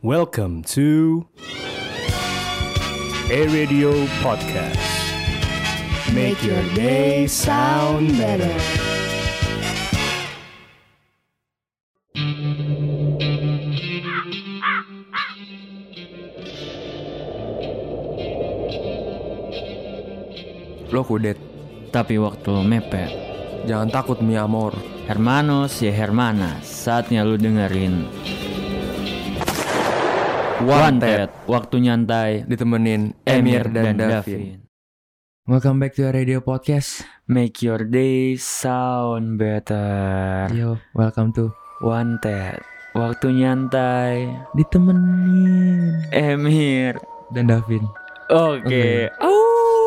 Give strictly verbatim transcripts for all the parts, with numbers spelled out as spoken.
Welcome to A Radio Podcast. Make your day sound better. Lo kudet, tapi waktu lo mepet. jangan takut mi amor. Hermanos ya Hermanas, saatnya lu dengerin Wanted, waktu nyantai Ditemenin Emir dan, dan Davin. Welcome back to Radio Podcast. Make your day sound better. Yo, welcome to Wanted, waktu nyantai Ditemenin Emir dan Davin. Oke okay. Okay. Oh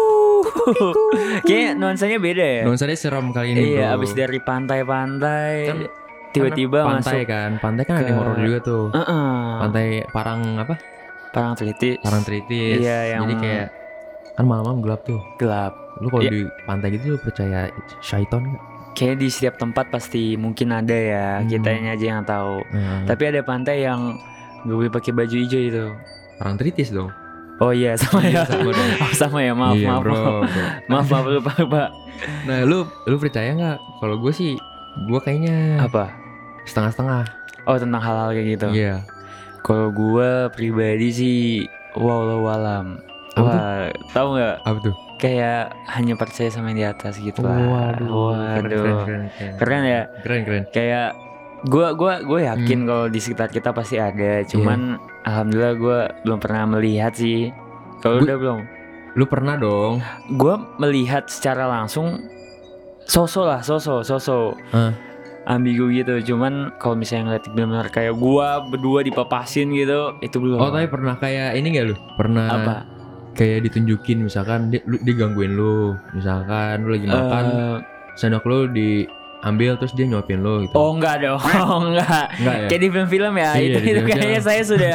kayak nuansanya beda ya. Nuansanya serem kali ini. Iya, bro. abis dari pantai-pantai kan, tiba-tiba pantai masuk kan. Pantai kan ke... ada horor juga tuh. uh-uh. Pantai Parang apa? Parangtritis. Parangtritis. Iya, yang jadi kayak kan malam-malam gelap tuh. Gelap. Lu kalau Iya. di pantai gitu lu percaya syaiton gak? Kayak di setiap tempat pasti mungkin ada ya, Hmm. kitanya aja yang tahu. Hmm. Tapi ada pantai yang gak boleh pakai baju hijau itu. Parangtritis dong. Oh iya, sama ya. Sama dong. Oh, sama ya, maaf, Iya, maaf, bro, maaf. bro. Maaf, maaf, lupa, lupa. Nah, lu lu percaya nggak? Kalau gue sih, gue kayaknya Apa? setengah-setengah. Oh, tentang hal-hal kayak gitu. Iya. Kalau gue pribadi sih, wallahu alam. Apa Wah, tahu nggak? Apa tuh? Kayak hanya percaya sama yang di atas gitu lah. Waduh, Waduh. keren, keren, keren. Keren ya. Keren, keren. Kayak gue gua gue yakin Hmm. kalau di sekitar kita pasti ada. Cuman alhamdulillah gue belum pernah melihat sih. Kalau Gua- udah belum? Lu pernah dong? Gue melihat secara langsung sosok lah, sosok, sosok. Hah? Ambigu gitu. Cuman kalau misalnya ngeliat benar-benar kayak gue berdua dipapasin gitu, itu belum. Oh, tapi pernah kayak ini nggak lu? Pernah Apa? kayak ditunjukin misalkan dia, lu, digangguin lu, misalkan lu lagi makan, Eh, sendok lu diambil terus dia nyuapin lu gitu. Oh enggak dong, enggak. Enggak ya? Kayak di film-film ya, Iya, itu, di itu film-film. kayaknya saya sudah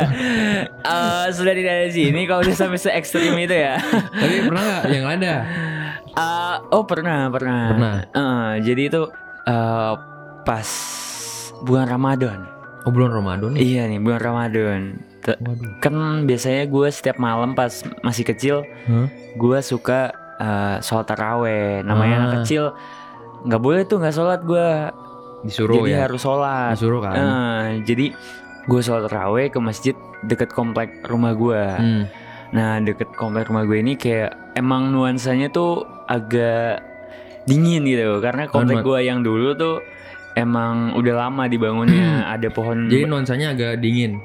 eh, sudah tidak ada di sini kalau udah sampai se-ekstrim itu ya. Tapi pernah nggak yang lain dah? Eh, oh pernah, pernah. Pernah. Eh, jadi itu eh, pas bulan Ramadan. Oh, bulan Ramadan nih. Iya nih, bulan Ramadan. Te- Waduh. Kan biasanya gue setiap malam pas masih kecil, Hah? gue suka eh, sholat taraweh. Namanya Ah. anak kecil nggak boleh tuh nggak sholat gue. Disuruh Jadi ya? harus sholat. Disuruh kan? Eh, jadi gue sholat taraweh ke masjid deket komplek rumah gue. Hmm. Nah deket komplek rumah gue ini kayak emang nuansanya tuh agak dingin gitu. Karena komplek nuan- gue yang dulu tuh emang udah lama dibangunnya. Ada pohon Jadi nuansanya agak dingin.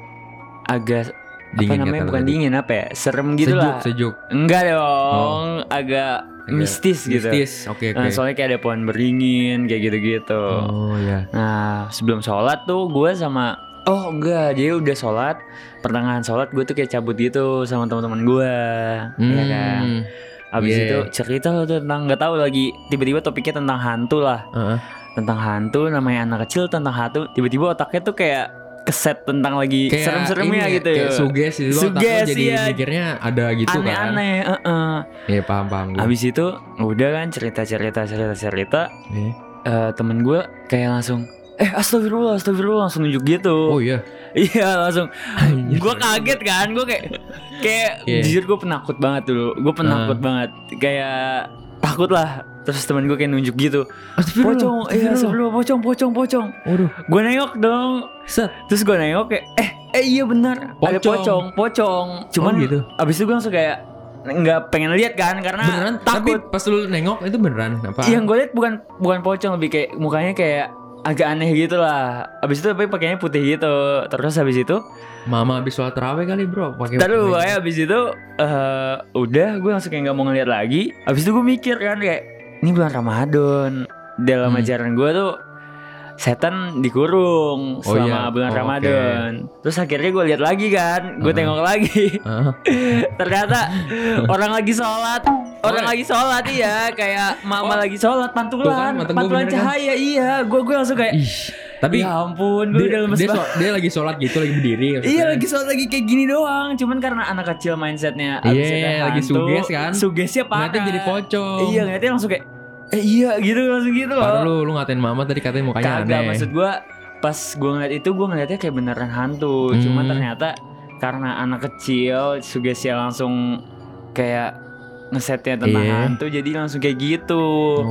agak Dingin apa namanya, kata bukan tadi. dingin, apa ya, serem gitu Sejuk, lah. sejuk. Enggak dong, agak Agak mistis gitu. Mistis, oke oke. Nah, soalnya kayak ada pohon beringin kayak gitu-gitu. Oh ya. Nah sebelum sholat tuh gue sama oh enggak, jadi udah sholat, pertengahan sholat gue tuh kayak cabut gitu sama teman-teman gue, ya kan. Abis yeah. itu cerita lo tuh tentang, nggak tahu lagi, tiba-tiba topiknya tentang hantu lah, Heeh. tentang hantu, namanya anak kecil tentang hantu, tiba-tiba otaknya tuh kayak keset tentang lagi Kayak serem-seremnya ini ya, gitu. Kayak suges gitu. Otak lu Suges, jadi iya. mikirnya ada gitu kan. Aneh-aneh, heeh. Iya paham paham gue. Abis itu udah kan cerita-cerita cerita-cerita, Iya. eh, temen gue kayak langsung eh astagfirullah astagfirullah langsung nunjuk gitu. Oh iya. Iya langsung. Gue kaget kan, gue kayak kayak Yeah. jujur gue penakut banget dulu, gue penakut Uh. banget, kayak takut lah. Terus temen gue kayak nunjuk gitu, Astagfirullah. pocong, iya sebelum pocong, pocong, pocong. Waduh. Gue nengok dong, Set. terus gue nengok kayak eh eh iya benar ada Pocong. pocong, pocong. Cuman Oh, gitu. abis itu gue langsung kayak nggak pengen lihat kan karena Beneran? Tapi takut. pas lu nengok itu beneran apa? Yang gue lihat bukan bukan pocong, lebih kayak mukanya kayak agak aneh gitu lah. Abis itu tapi pakainya putih gitu. Terus habis itu Mama habis sholat tarawih kali bro. Pakai. taruh ya abis itu eh udah gue langsung kayak nggak mau ngeliat lagi. Abis itu gue mikir kan kayak ini bulan Ramadan. Dalam Hmm. ajaran gue tuh setan dikurung Oh selama iya. bulan Oh, Ramadan. Terus akhirnya gue lihat lagi kan, gue Uh-huh. tengok lagi. Heeh. Ternyata orang lagi sholat, orang lagi sholat iya, kayak mama Oh. lagi sholat, Tuh kan, pantulan, mata gua pantulan bener kan? cahaya iya. Gue gue langsung kayak, Ih. Tapi ya ampun, gue dia, udah lemes dia, banget. so- dia lagi sholat gitu, lagi berdiri. maksudnya. Iya lagi sholat lagi kayak gini doang. Cuman karena anak kecil mindsetnya Iya, abis ada lagi hantu, suges kan? Sugesnya parah. Ngeliatnya jadi pocong. Iya ngeliatnya langsung kayak eh iya gitu langsung gitu loh. Baru lu lu ngatain mama tadi katanya mukanya Kagak, aneh. maksud gue pas gue ngeliat itu gue ngeliatnya kayak beneran hantu. Hmm. Cuma ternyata karena anak kecil sugesti langsung kayak ngesetnya tentang Iya. hantu jadi langsung kayak gitu.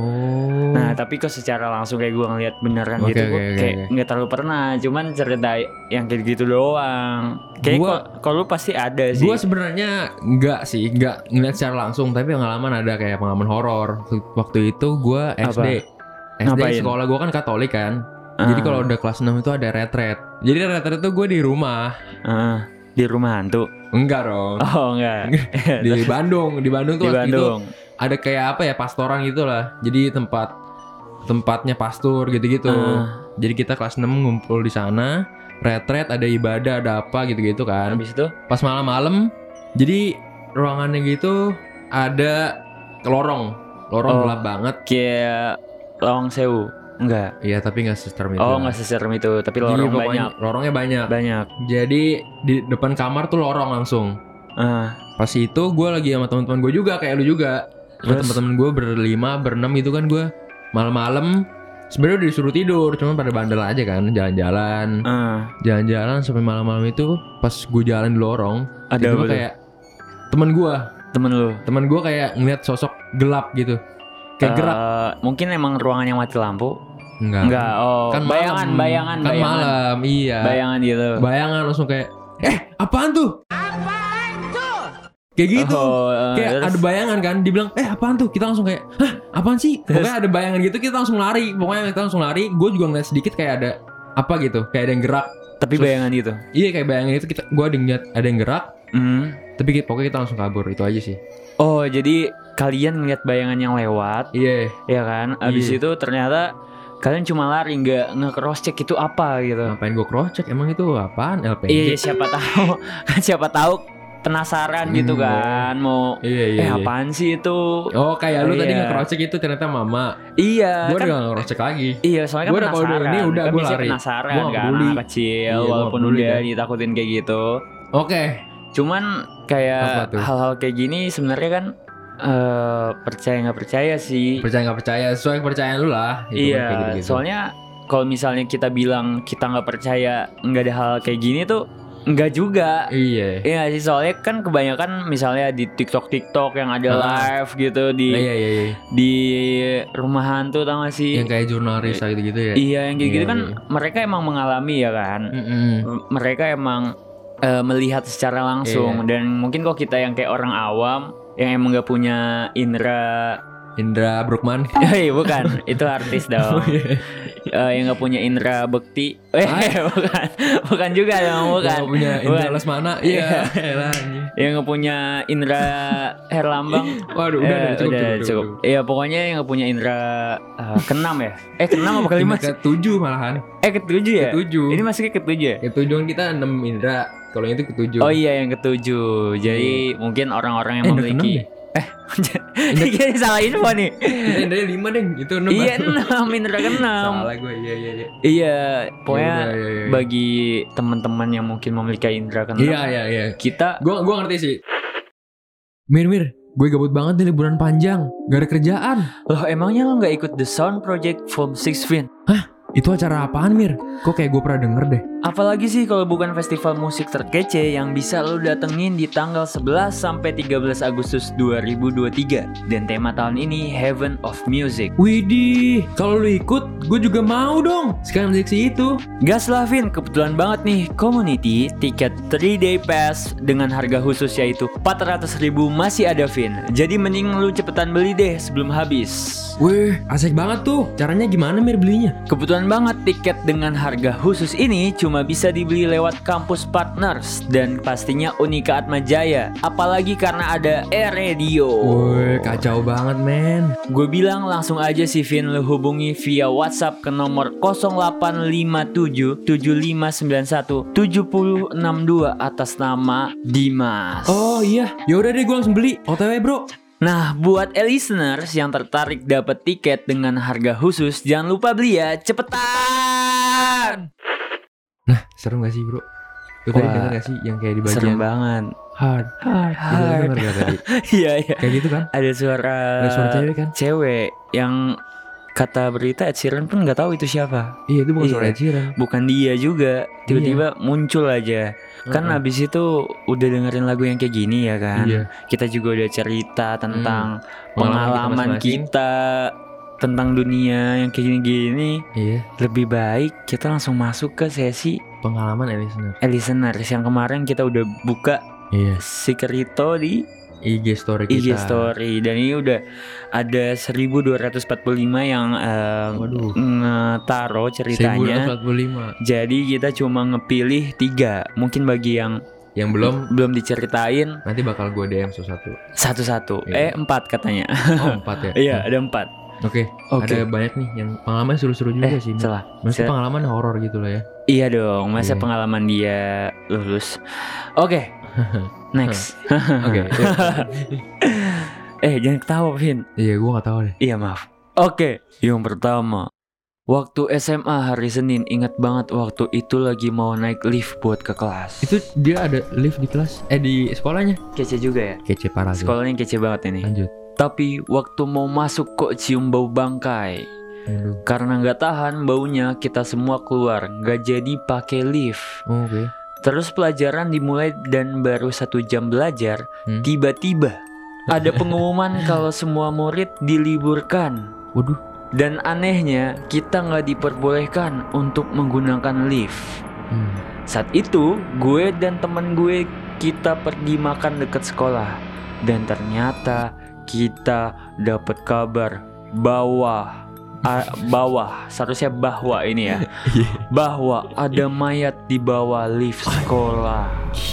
Oh. Nah tapi kok secara langsung kayak gue ngeliat beneran Oke, gitu oke, gue oke, kayak oke. nggak terlalu pernah, cuman cerita yang kayak gitu doang. Kayak Gua- kok kalau lu pasti ada sih. Gue sebenarnya enggak sih, enggak ngeliat secara langsung, tapi pengalaman ada kayak pengalaman horor. Waktu itu gue S D. Apa? S D Ngapain? sekolah gue kan Katolik kan. Ah. Jadi kalau udah kelas enam itu ada retret. Jadi retret itu gue di rumah. Ah, di rumah hantu. Enggak dong. Oh enggak. Di Bandung, di Bandung Di tuh waktu Bandung. itu ada kayak apa ya, pastoran gitu lah. Jadi tempat tempatnya pastor gitu-gitu. Ah. Jadi kita kelas enam ngumpul di sana, retret, ada ibadah, ada apa gitu-gitu kan. Habis itu Pas malam-malam, jadi ruangannya gitu ada lorong, lorong Oh. gelap banget. kayak Lawang Sewu. Enggak. Iya, tapi nggak seserem itu. Oh lah. nggak seserem itu, tapi Jadi lorong pokoknya banyak. lorongnya banyak. Banyak. Jadi di depan kamar tuh lorong langsung. Ah. Pas itu gue lagi sama teman-teman gue juga, kayak lu juga. Sama Terus? teman-teman gue berlima, berenam itu kan gue malam-malam. Sebenarnya udah disuruh tidur, cuman pada bandel aja kan, jalan-jalan, Ah. jalan-jalan sampai malam-malam itu. Pas gue jalan di lorong, Ada tiba-tiba apa tuh? kayak teman gue, Temen lu. teman gue kayak ngeliat sosok gelap gitu, kayak gerak. Eh, mungkin emang ruangan yang mati lampu. Enggak. Enggak. Oh, Kan bayangan, malam. bayangan, Kan bayangan. malam, iya. Bayangan gitu. Bayangan langsung kayak, eh apaan tuh? Apaan tuh? Kayak gitu. Oh, eh, Kayak terus? ada bayangan kan, dibilang, eh apaan tuh? Kita langsung kayak, hah apaan sih? Pokoknya ada bayangan gitu, kita langsung lari. Pokoknya kita langsung lari. Gue juga ngeliat sedikit kayak ada apa gitu, kayak ada yang gerak. Tapi Terus- bayangan gitu. Iya kayak bayangan itu kita, gue ada yang ngeliat ada yang gerak. Hmm. Tapi ki- pokoknya kita langsung kabur, itu aja sih. Oh, jadi kalian ngeliat bayangan yang lewat, Iya. ya kan? Abis Iya. itu ternyata kalian cuma lari, nggak nge-cross check itu apa gitu. Ngapain gue cross check? Emang itu apaan? L P G? Iya, siapa tahu kan siapa tahu penasaran gitu Hmm, kan mau Iya iya. eh iya. apaan sih itu? Oh kayak lu tadi Iya. nge-cross check itu ternyata mama. Iya, Gue kan udah gak nge-cross check lagi. iya, soalnya kan Gua udah- kalau udah penasaran. ini udah Kan gua biasanya lari. penasaran Gua nggak kan peduli. anak kecil Iya, gua nggak walaupun peduli udah kan. ditakutin kayak gitu. Oke. Cuman kayak Apa tuh? hal-hal kayak gini sebenarnya kan eh percaya nggak percaya sih. Percaya nggak percaya sesuai kepercayaan lu lah. Gitu kan, kayak Iya, gitu-gitu. soalnya kalau misalnya kita bilang kita nggak percaya nggak ada hal kayak gini tuh nggak juga. Iya. Iya sih, soalnya kan kebanyakan misalnya di TikTok TikTok yang ada Ah. live gitu di Iya iya iya. di rumah hantu, tau gak sih? Yang kayak jurnalis gitu-gitu ya. Iya yang gitu-gitu Iya, kan iya. mereka emang mengalami ya kan. Mm-mm. M- Mereka emang eh, melihat secara langsung. Iya. Dan mungkin kok kita yang kayak orang awam yang emang gak punya indera. Indra Brukman. Eh bukan, itu artis dong. Eh, yang gak punya indera bekti. Eh bukan, bukan juga dong, bukan. Yang punya Indra Bukan. Lesmana. Iya. Iya. Elah, anjing. Yang gak punya indera Herlambang. Waduh, udah, Eh, udah, cukup, udah, cukup, cukup. cukup. Iya pokoknya yang gak punya indera eh, keenam ya. Eh keenam apa kelima sih? Ketujuh malahan. Eh ketujuh ya. Ketujuh. Ini masih ke ketujuh ya. Ketujuh kan kita enam Indra. Kalau yang itu ketujuh. Oh iya yang ketujuh. Jadi mungkin orang-orang yang Eh, udah keenam memiliki. deh. Eh, kayaknya salah info nih. Kita Indranya lima deh. Itu enam. Iya baru. enam indra keenam. Salah gue. Iya iya iya. Iya, pokoknya Yaudah, iya, iya, iya. bagi teman-teman yang mungkin memiliki indra keenam, Iya iya iya. kita Gue gue ngerti sih. Mir Mir, gue gabut banget nih liburan panjang. Gak ada kerjaan. loh emangnya lo nggak ikut The Sound Project from Six Fin? Itu acara apaan Mir? Kok kayak gue pernah denger deh. Apalagi sih kalau bukan festival musik terkece yang bisa lo datengin di tanggal sebelas sampai tiga belas Agustus dua ribu dua puluh tiga. Dan tema tahun ini Heaven of Music. Widih, kalau lu ikut, gue juga mau dong. Sekarang seksi itu. Gas lah Vin, kebetulan banget nih Community tiket three day pass dengan harga khusus yaitu empat ratus ribu masih ada Vin. Jadi mending lu cepetan beli deh sebelum habis. Wih, asik banget tuh. Caranya gimana Mir belinya? Kebetulan banget tiket dengan harga khusus ini cuma bisa dibeli lewat kampus partners dan pastinya Unika Atmajaya. Apalagi karena ada e-radio. Wih, kacau banget men. Gue bilang langsung aja sih Vin, lu hubungi via WhatsApp ke nomor nol delapan lima tujuh tujuh lima sembilan satu tujuh nol enam dua atas nama Dimas. Oh iya, yaudah deh gue langsung beli. O T W bro. Nah, buat e-listeners yang tertarik dapat tiket dengan harga khusus, jangan lupa beli ya, cepetan! Nah, seru gak sih bro? Lu tadi Wah, denger gak sih yang kayak di Serem bagian banget. hard, hard, Hard. Denger gak tadi? Iya, iya. Kayak gitu kan? Ada suara Ada suara cewek kan? cewek yang kata berita Ed Sheeran pun nggak tahu itu siapa. Iya itu bukan Iya. suara Ed Sheeran. Bukan dia juga. Tiba-tiba muncul aja. Kan Uh-uh. abis itu udah dengerin lagu yang kayak gini ya kan. Iya. Kita juga udah cerita tentang Pengalaman kita pengalaman masing-masing. kita tentang dunia yang kayak gini-gini. Iya. Lebih baik kita langsung masuk ke sesi Pengalaman ya listener. listeners yang kemarin kita udah buka Iya. Secreto di I G story kita. I G story, dan ini udah ada seribu dua ratus empat puluh lima yang uh, Waduh. ngetaro seribu dua ratus ceritanya. empat puluh lima. Jadi kita cuma ngepilih tiga. Mungkin bagi yang Yang belum belum diceritain nanti bakal gue D M satu-satu. satu-satu. Iya. Eh empat katanya. Oh empat ya. Iya ada empat. Oke. Oke. Ada banyak nih yang pengalaman seru-seru juga Eh sih. salah. Maksudnya Saya- pengalaman horor gitu lah ya. Iya dong. Masa Iya. pengalaman dia lulus. Oke. Next. Oke. eh jangan ketawa Vin. Iya gue gak tahu deh. Iya maaf. Oke, yang pertama, waktu S M A hari Senin, ingat banget waktu itu lagi mau naik lift buat ke kelas. Itu dia ada lift di kelas. Eh di sekolahnya. Kece juga ya. Kece parah sih. Sekolahnya kece banget ini. Lanjut. Tapi waktu mau masuk kok cium bau bangkai. Aduh. Karena nggak tahan baunya, kita semua keluar. Nggak jadi pakai lift. Oh, Oke. Terus pelajaran dimulai dan baru satu jam belajar, Hmm. tiba-tiba ada pengumuman kalau semua murid diliburkan. Waduh. Dan anehnya kita nggak diperbolehkan untuk menggunakan lift. Hmm. Saat itu gue dan temen gue kita pergi makan dekat sekolah. Dan ternyata kita dapat kabar bahwa a, bawah seharusnya bahwa ini ya bahwa ada mayat di bawah lift sekolah.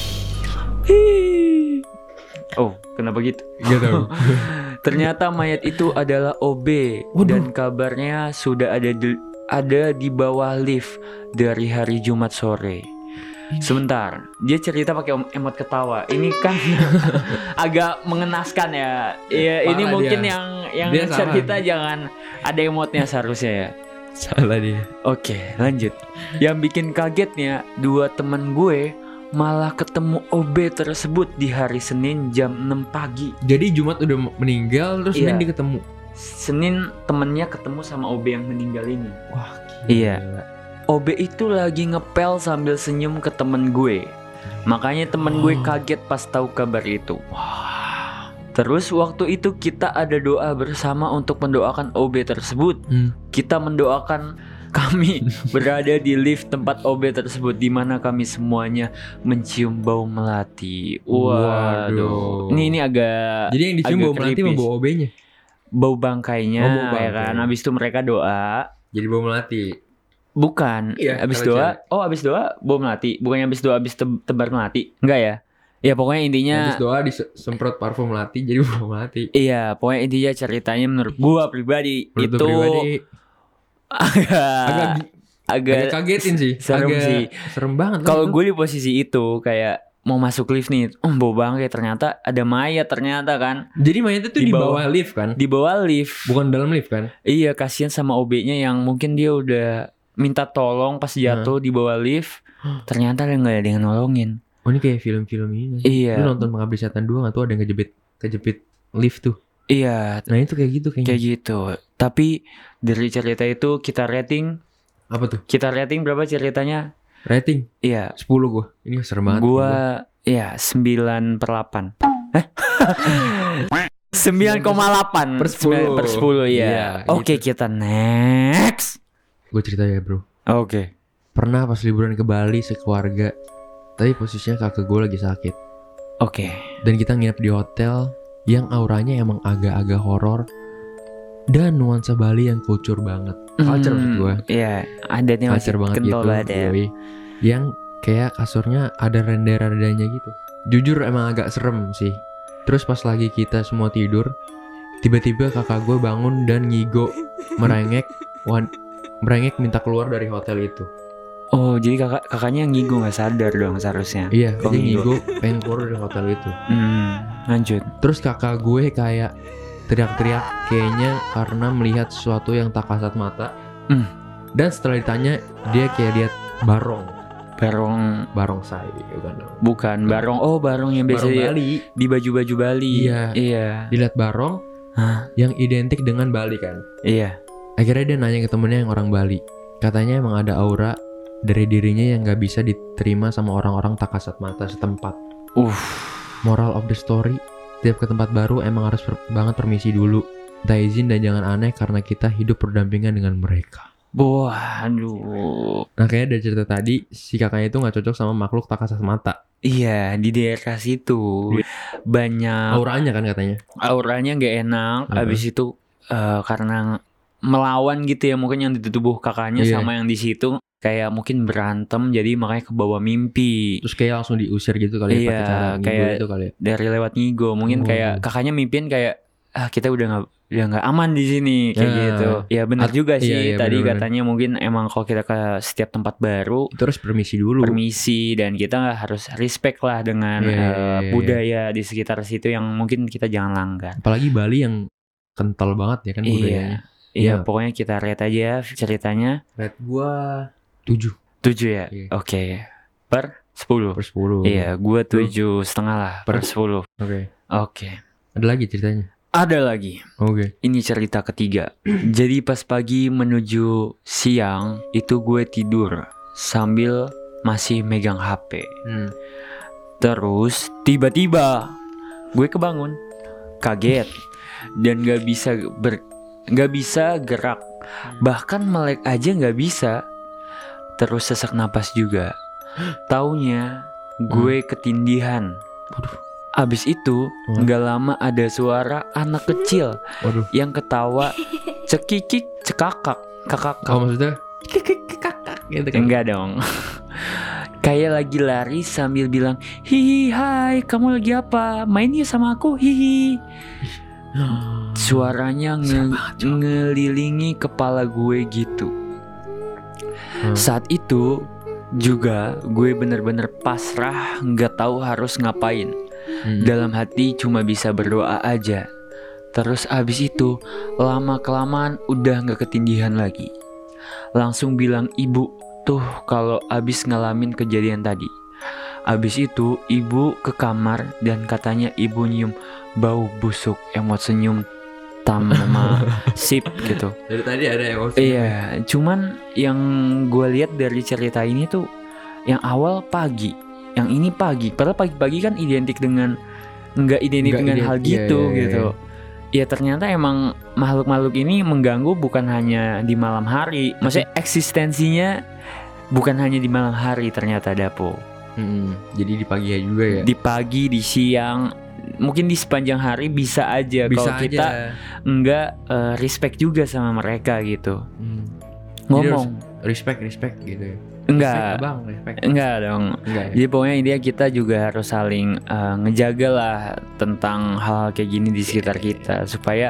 Hii. Oh kenapa gitu? Gak tahu. Ternyata mayat itu adalah O B. Waduh. Dan kabarnya sudah ada di, ada di bawah lift dari hari Jumat sore. Sebentar, dia cerita pakai em- emot ketawa. Ini kan agak mengenaskan ya. Iya, ini Parah mungkin dia. yang yang Dia salah. cerita jangan ada emotnya seharusnya ya. Salah dia. Oke, lanjut. Yang bikin kagetnya, dua teman gue malah ketemu O B tersebut di hari Senin jam enam pagi. Jadi Jumat udah meninggal terus Iya. Senin dia ketemu. Senin temennya ketemu sama O B yang meninggal ini. Wah. Iya. gila. O B itu lagi ngepel sambil senyum ke temen gue. Makanya temen gue Oh. kaget pas tahu kabar itu. Terus waktu itu kita ada doa bersama untuk mendoakan O B tersebut. Hmm. Kita mendoakan kami berada di lift tempat O B tersebut, di mana kami semuanya mencium bau melati. Waduh. Waduh. Ini ini agak Jadi yang dicium agak bau melati creepy. sama bau O B-nya. bau bangkainya, Oh, bau ya bangkai. kan. Habis itu mereka doa. Jadi bau melati. Bukan, Iya, abis kalau doa, oh abis doa bau melati, bukannya abis doa abis te- tebar melati, enggak ya? Ya pokoknya intinya, Habis doa disemprot parfum melati jadi bau melati. iya pokoknya intinya ceritanya menurut gua pribadi Menurut itu lu pribadi agak agak agak, agak kagetin sih. serem agak sih. Serem banget. lah Kalau itu. gue di posisi itu kayak mau masuk lift nih, oh bau bangkai, ternyata ada mayat ternyata kan Jadi mayatnya tuh di di bawah- bawah lift kan? di bawah lift. Bukan dalam lift kan? Iya kasihan sama O B-nya yang mungkin dia udah minta tolong pas jatuh di bawah lift, ternyata dia nggak ada yang nolongin. Oh ini kayak film-film ini. Iya. Lu nonton Pengabdi Setan dua nggak tuh ada yang kejepit kejepit lift tuh. Iya, Nah itu kayak gitu kayaknya. kayak gitu. Tapi dari cerita itu kita rating, Apa tuh? kita rating berapa ceritanya? Rating Iya, sepuluh gua. Ini serem banget. gua ya sembilan per delapan. Eh? sembilan koma delapan Per sepuluh. per sepuluh ya. Iya, Oke, gitu. kita next. Gue cerita ya bro. Oke. Pernah pas liburan ke Bali sekeluarga, tapi posisinya kakak gue lagi sakit. Oke. Dan kita nginep di hotel yang auranya emang agak-agak horor dan nuansa Bali yang culture banget. Culture maksud gue. Iya, adatnya masih Culture banget kental gitu. banget ya. Boy. Yang kayak kasurnya ada renda-rendanya gitu. Jujur emang agak serem sih. Terus pas lagi kita semua tidur, tiba-tiba kakak gue bangun dan ngigo, merengek, wan, merengek minta keluar dari hotel itu. Oh, jadi kakak kakaknya ngigo nggak sadar dong seharusnya. Iya, Kok dia ngigo? ngigo pengen keluar dari hotel itu. Hmm, lanjut. Terus kakak gue kayak teriak-teriak kayaknya karena melihat sesuatu yang tak kasat mata. Hmm. Dan setelah ditanya, dia kayak lihat barong, Barong barongsai bukan? bukan barong. Oh, barong yang biasa Barong di, Bali. di baju-baju Bali. Iya. Iya. Dilihat barong Hah? yang identik dengan Bali kan. Iya. Akhirnya dia nanya ke temennya yang orang Bali. Katanya emang ada aura dari dirinya yang gak bisa diterima sama orang-orang tak kasat mata setempat. Uh. Moral of the story, tiap ke tempat baru emang harus per- banget permisi dulu. Minta izin dan jangan aneh karena kita hidup berdampingan dengan mereka. Wah, aduh. Nah kayaknya dari cerita tadi, si kakaknya itu gak cocok sama makhluk tak kasat mata. Iya, di daerah situ banyak Auranya kan katanya. auranya nggak enak. Uh-huh. Abis itu uh, karena melawan gitu ya, mungkin yang di tubuh kakaknya Iya. sama yang di situ kayak mungkin berantem, jadi makanya kebawa mimpi. Terus kayak langsung diusir gitu kali ya, Iya, pakai cara ngigo kayak- itu kali ya. Dari lewat ngigo, mungkin Oh. kayak kakaknya mimpin kayak ah kita udah nggak udah nggak aman di sini kayak Ya. gitu. Ya benar At- juga iya, sih. iya, Tadi bener-bener. katanya mungkin emang kalau kita ke setiap tempat baru Itu harus permisi dulu. permisi dan kita harus respect lah dengan Iya, iya, eh, iya, iya. budaya di sekitar situ yang mungkin kita jangan langgar. Apalagi Bali yang kental banget ya kan budayanya. Iya, iya Iya. pokoknya kita rate aja ceritanya Red gua tujuh tujuh ya. Iya. Oke. Per sepuluh. per sepuluh. Iya, gua tujuh setengah lah per Per- sepuluh. Oke. Oke. Ada lagi ceritanya? Ada lagi. Oke. Ini cerita ketiga. Jadi pas pagi menuju siang itu gue tidur sambil masih megang H P. Hmm. Terus tiba-tiba gue kebangun, kaget dan gak bisa ber, gak bisa gerak, bahkan melek aja gak bisa. Terus sesak napas juga. Taunya gue ketindihan. Waduh. Abis itu Hmm. gak lama ada suara anak kecil Waduh. yang ketawa cekikik cekakak kakak. Oh maksudnya kakak gitu kan? Enggak dong. Kayak lagi lari sambil bilang, hihi hai kamu lagi apa, main yuk sama aku hihi. Suaranya nge- ngelilingi kepala gue gitu. Hmm. Saat itu juga gue bener-bener pasrah, nggak tahu harus ngapain. Hmm. Dalam hati cuma bisa berdoa aja. Terus abis itu lama kelamaan udah gak ketindihan lagi. Langsung bilang ibu tuh kalau abis ngalamin kejadian tadi. Abis itu ibu ke kamar dan katanya ibu nyium bau busuk, emot senyum tama sip gitu. Dari tadi ada emosi. Iya, cuman yang gue lihat dari cerita ini tuh yang awal pagi, yang ini pagi. Padahal pagi-pagi kan identik dengan nggak identik Nggak dengan ident- hal iya, gitu iya, iya, gitu. Ya ternyata emang makhluk-makhluk ini mengganggu bukan hanya di malam hari. Maksudnya eksistensinya bukan hanya di malam hari ternyata Dapo. Hmm. Jadi di pagi juga ya. Di pagi, di siang, mungkin di sepanjang hari bisa aja Bisa kalau kita aja. nggak eh, respect juga sama mereka gitu. Hmm. Jadi Ngomong Respect respect gitu ya. enggak. Respect, abang respect. Enggak dong. Enggak ya. Jadi pokoknya intinya kita juga harus saling uh, ngejaga lah tentang hal kayak gini di sekitar kita supaya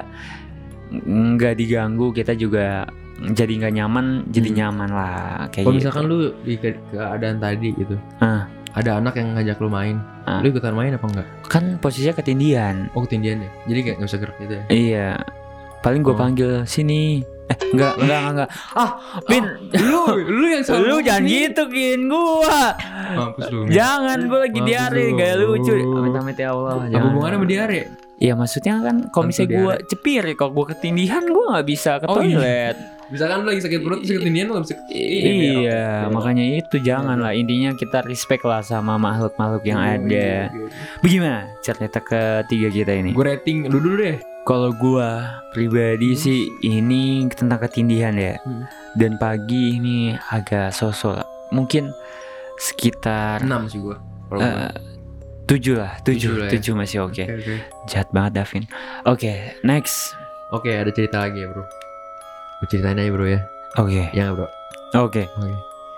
nggak diganggu, kita juga jadi nggak nyaman, jadi Hmm. nyaman lah kayak Kalau gitu. misalkan lu di ke- keadaan tadi gitu, Ah. ada anak yang ngajak lu main, Ah. lu ikutan main apa enggak? Kan posisinya ketindihan. Oh ketindihan ya, jadi kayak nggak usah gerak gitu ya. Iya. Paling gue Oh. panggil sini. Eh enggak, enggak, enggak, enggak. Ah, Bin, lu lu yang lu jangan gitu Kin gua. Mampus lu. Jangan, gue lagi Mampus diare, lu. gak lucu. Amit-amit ya Allah. Apa jangan. hubungannya sama diare? Ya maksudnya kan kalau Tentu misalnya gue cepir, kalau gue ketindihan gue nggak bisa ke Oh, iya. toilet. Misalkan lu lagi sakit perut terus ketindihan lu nggak bisa. Iya, makanya itu jangan lah. Intinya kita respect lah sama makhluk-makhluk yang ada. Bagaimana cerita ketiga kita ini? Gue rating lu dulu deh. Kalau gua pribadi sih ini tentang ketindihan ya. Hmm. Dan pagi ini agak sosok. Mungkin sekitar enam sih gue. Kalau eh, tujuh lah, tujuh, Tujuh lah ya. tujuh masih oke. Oke oke. Jahat banget Davin. Oke, next. Oke ada cerita lagi ya bro. Gue ceritain aja bro ya. Oke, Ya nggak, bro. oke. Oke.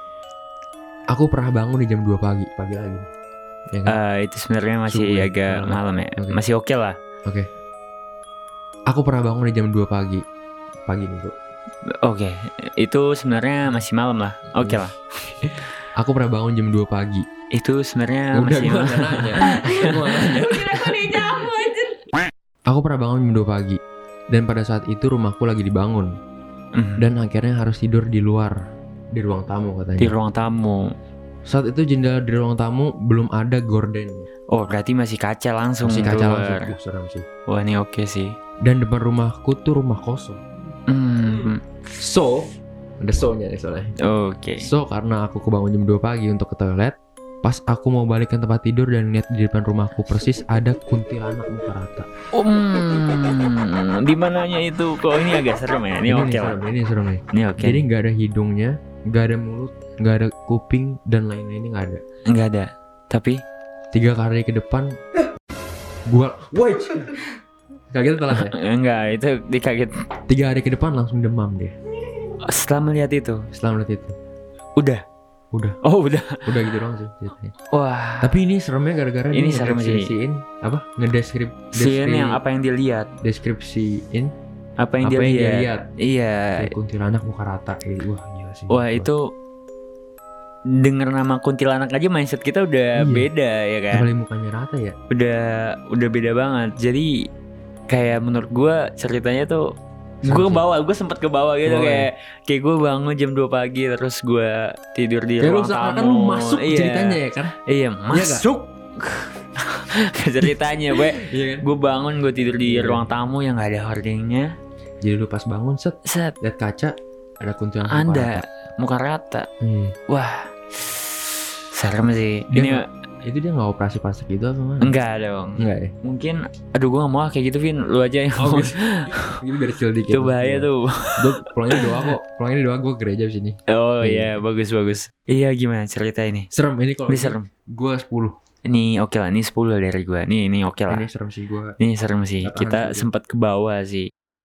Aku pernah bangun di jam dua pagi, pagi lagi. Ya kan? Eh, itu sebenarnya masih Subuh ya, agak malam. malam ya. Oke. Masih oke lah. Oke. Aku pernah bangun di jam dua pagi. Pagi nih, bro. Oke, itu sebenarnya masih malam lah. Oke lah. Aku pernah bangun jam dua pagi. Itu sebenarnya Udah masih gue malam. gak nanya. Gua nggak nanya. Aku pernah bangun jam dua pagi. Dan pada saat itu rumahku lagi dibangun. Mhm. Dan akhirnya harus tidur di luar. Di ruang tamu katanya. Di ruang tamu. Saat itu jendela di ruang tamu belum ada gorden. Oh, berarti masih kaca langsung Masih kaca keluar. langsung. Uh, seram sih. Wah, ini oke sih. Dan depan rumahku tuh rumah kosong. Hmm. So, ada so-nya nih soalnya. Oke. So, karena aku kebangun jam dua pagi untuk ke toilet, pas aku mau balik ke tempat tidur dan lihat di depan rumahku persis ada kuntilanak muka rata. Um, di mananya itu? Kok ini agak serem ya? Ini oke nih lah. serem, ini serem nih. Ini oke. Jadi nggak ada hidungnya, nggak ada mulut, nggak ada kuping dan lain-lainnya nggak ada. Enggak ada. Tapi Tiga kali ke depan, gua, wait, kaget telat ya. enggak, itu dikaget. Tiga hari ke depan langsung demam deh. Setelah melihat itu, Setelah melihat itu, udah. udah, Oh, udah. udah gitu doang sih ceritanya. Wah. Tapi ini seremnya gara-gara Ini dia serem sih. ngedeskripsiin apa? Ngedeskrip, Scene yang apa yang dia lihat, deskripsiin apa yang, apa dia, yang lihat. dia lihat. Iya. Kayak kuntilanak muka rata kayak wah gila sih. Wah, itu denger nama kuntilanak aja mindset kita udah Iya. beda ya kan. Apalagi mukanya rata ya. Udah udah beda banget. Jadi kayak menurut gua ceritanya tuh gue ke bawah, gue sempet ke bawah gitu. Oh, kayak kayak gue bangun jam dua pagi terus gue tidur di Kayak lu ruang seakan tamu. lu masuk Iya. ceritanya ya kan? Iya, masuk ke ceritanya gue. Iya kan? Gue bangun, gue tidur di Iya. ruang tamu yang gak ada hordingnya. Jadi lu pas bangun set Set, lihat kaca ada kuntilanak muka anda rata. muka rata. Iya. Wah, serem sih. Dia Ini nggak- Itu dia nggak operasi plastik gitu apa gimana? enggak dong. Enggak ya? Mungkin, aduh gue gak mau ah kayak gitu Vin. Lu aja yang Oh, mau. gitu. Ini biar chill dikit. Itu bahaya tuh. Gue pulangnya doa kok. Pulangnya doa gue gereja di sini. Oh Iya. iya, bagus-bagus. Iya, gimana cerita ini? Serem ini kalau Ini serem. gue sepuluh. Ini oke lah, ini sepuluh dari gue. Nih, ini oke lah. Ini serem sih gue. Ini serem sih. Nggak tahan Kita sih. sempat ke bawah sih.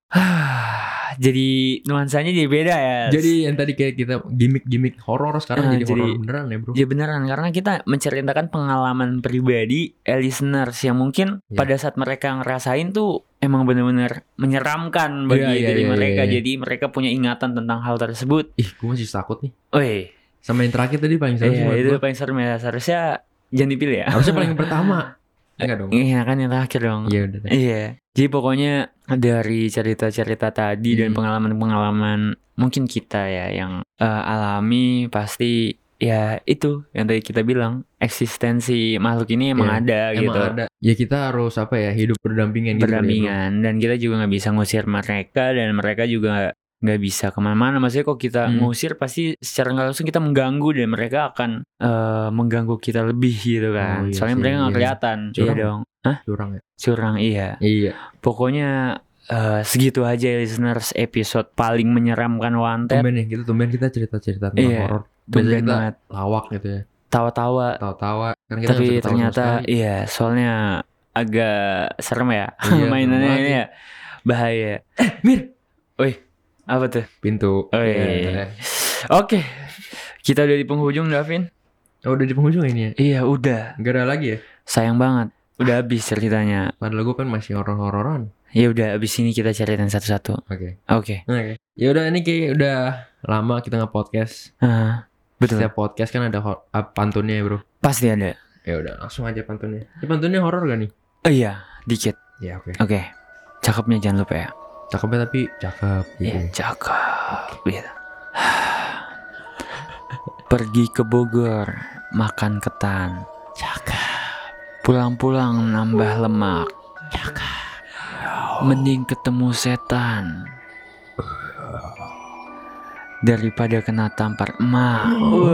Jadi nuansanya jadi beda ya. Jadi yang tadi kayak kita gimmick-gimmick horor sekarang Ah, jadi, jadi- horor beneran ya bro. ya beneran karena kita menceritakan pengalaman pribadi eh, listeners yang mungkin Ya. pada saat mereka ngerasain tuh emang bener-bener menyeramkan bagi Iya, iya, diri iya, mereka. iya. Jadi mereka punya ingatan tentang hal tersebut. Ih gue masih takut nih. Wih, Sama yang terakhir tadi paling serem sih iya, menurut itu gua. paling serem ya. Seharusnya jangan dipilih ya. Harusnya paling yang pertama. Enggak dong. Iya kan yang terakhir dong. Iya udah. deh. Iya. Jadi pokoknya dari cerita-cerita tadi dan Hmm. pengalaman-pengalaman mungkin kita ya yang eh, alami pasti ya itu yang tadi kita bilang eksistensi makhluk ini emang Iya, ada Emang gitu. ada. Ya kita harus apa ya hidup berdampingan gitu kali ya, bro. Berdampingan dan kita juga nggak bisa ngusir mereka dan mereka juga nggak bisa kemana-mana. Maksudnya kok kita Hmm. ngusir pasti secara nggak langsung kita mengganggu dan mereka akan eh, mengganggu kita lebih gitu kan. Oh, iya Soalnya sih, mereka nggak iya. kelihatan. Iya Curang. dong. Hah? Curang ya. Curang iya. Iya. Pokoknya eh, segitu aja listeners episode paling menyeramkan Wanted. Tumben nih, kita tumben kita cerita-cerita tentang Iya, horor. Biasanya Tumben kita banget. lawak gitu ya. Tawa-tawa. Tawa-tawa. Kan kita nggak Tapi bisa ketawa sama ternyata sekali. iya soalnya agak serem ya. Iya, Mainannya serem ini banget. ya. Bahaya. Mir, Wih, apa tuh? pintu. Oh iya. Ya. Oke. Kita udah di penghujung Davin. Oh, udah di penghujung ini ya? Iya udah. Gak ada lagi ya? Sayang banget. Udah habis ceritanya. Padahal gue kan masih horor-hororan. Ya udah abis ini kita ceritain satu-satu. Oke. Oke. Oke. Ya udah ini kayak udah lama kita nge-podcast. Ah, betul. Setiap podcast kan ada ho- uh, pantunnya ya, Bro. Pasti ada. Ya udah, langsung aja pantunnya. Ini pantunnya horor gak nih? Oh iya, dikit. Ya, oke. Oke. Cakepnya jangan lupa ya. Cakepnya tapi cakep gitu. Iya, cakep. Gitu. Pergi ke Bogor, makan ketan. Cakep. Pulang-pulang nambah lemak. Cakep. Mending ketemu setan daripada kena tampar emak.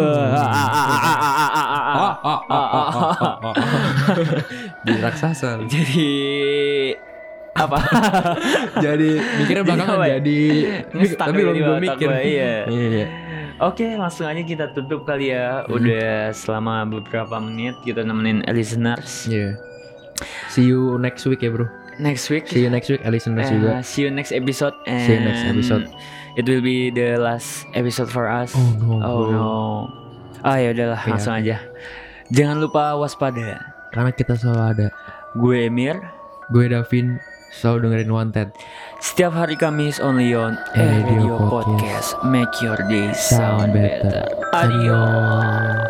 Di raksasa. Jadi apa? Jadi mikirnya belakangan Jadi apa ya? jadi Ngestak tapi belum di belum otak mikir. gua, iya. Iya. Oke, langsung aja kita tutup kali ya. Hmm. Udah selama beberapa menit kita nemenin listeners. Iya. See you next week ya, Bro. Next week. See you next week, listeners Uh, juga. see you next episode. And See you next episode. It will be the last episode for us. Oh no. Oh bro. no. Ah ya udahlah, Oke, langsung oke. aja. Jangan lupa waspada. Karena kita selalu ada. Gue Emir. Gue Davin, selalu dengerin Wanted. Setiap hari Kamis only on Radio Radio Podcast. Podcast. Make your day sound Sound better. better. Adios.